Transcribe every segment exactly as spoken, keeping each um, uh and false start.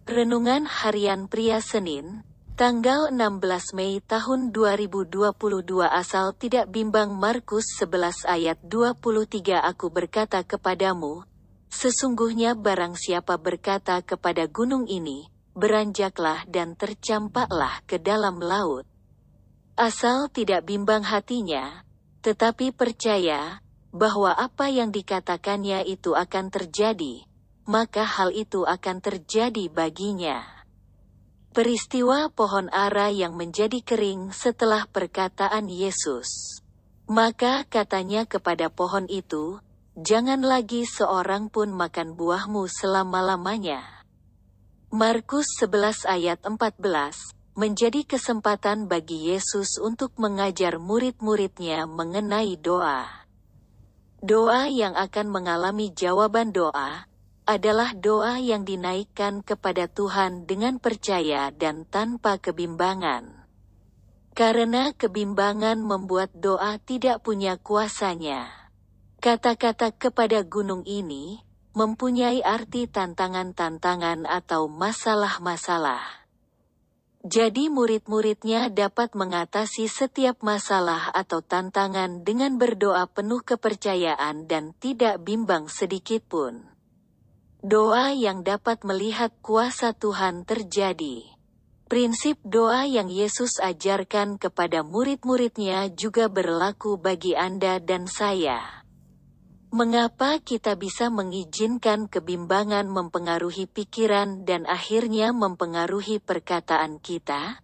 Renungan Harian Pria Senin, tanggal enam belas Mei tahun dua ribu dua puluh dua. Asal tidak bimbang. Markus sebelas ayat dua puluh tiga. Aku berkata kepadamu, sesungguhnya barang siapa berkata kepada gunung ini, beranjaklah dan tercampaklah ke dalam laut. Asal tidak bimbang hatinya, tetapi percaya bahwa apa yang dikatakannya itu akan terjadi, maka hal itu akan terjadi baginya. Peristiwa pohon ara yang menjadi kering setelah perkataan Yesus. Maka katanya kepada pohon itu, jangan lagi seorang pun makan buahmu selama-lamanya. Markus sebelas ayat empat belas, menjadi kesempatan bagi Yesus untuk mengajar murid-muridnya mengenai doa. Doa yang akan mengalami jawaban doa adalah doa yang dinaikkan kepada Tuhan dengan percaya dan tanpa kebimbangan. Karena kebimbangan membuat doa tidak punya kuasanya. Kata-kata kepada gunung ini mempunyai arti tantangan-tantangan atau masalah-masalah. Jadi murid-muridnya dapat mengatasi setiap masalah atau tantangan dengan berdoa penuh kepercayaan dan tidak bimbang sedikitpun. Doa yang dapat melihat kuasa Tuhan terjadi. Prinsip doa yang Yesus ajarkan kepada murid-muridnya juga berlaku bagi Anda dan saya. Mengapa kita bisa mengizinkan kebimbangan mempengaruhi pikiran dan akhirnya mempengaruhi perkataan kita?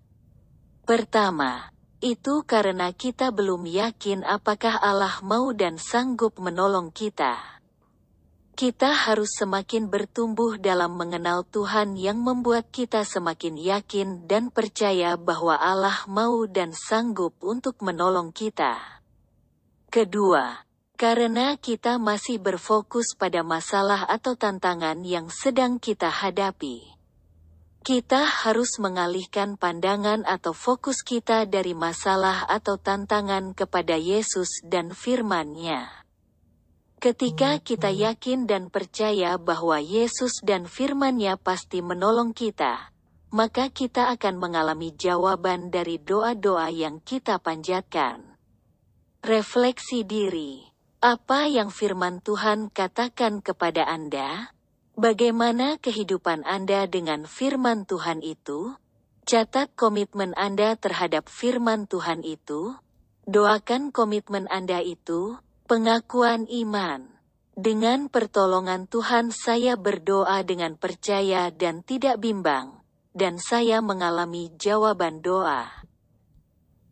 Pertama, itu karena kita belum yakin apakah Allah mau dan sanggup menolong kita. Kita harus semakin bertumbuh dalam mengenal Tuhan yang membuat kita semakin yakin dan percaya bahwa Allah mau dan sanggup untuk menolong kita. Kedua, karena kita masih berfokus pada masalah atau tantangan yang sedang kita hadapi. Kita harus mengalihkan pandangan atau fokus kita dari masalah atau tantangan kepada Yesus dan firman-Nya. Ketika kita yakin dan percaya bahwa Yesus dan firman-Nya pasti menolong kita, maka kita akan mengalami jawaban dari doa-doa yang kita panjatkan. Refleksi diri. Apa yang firman Tuhan katakan kepada Anda? Bagaimana kehidupan Anda dengan firman Tuhan itu? Catat komitmen Anda terhadap firman Tuhan itu. Doakan komitmen Anda itu. Pengakuan iman. Dengan pertolongan Tuhan saya berdoa dengan percaya dan tidak bimbang, dan saya mengalami jawaban doa.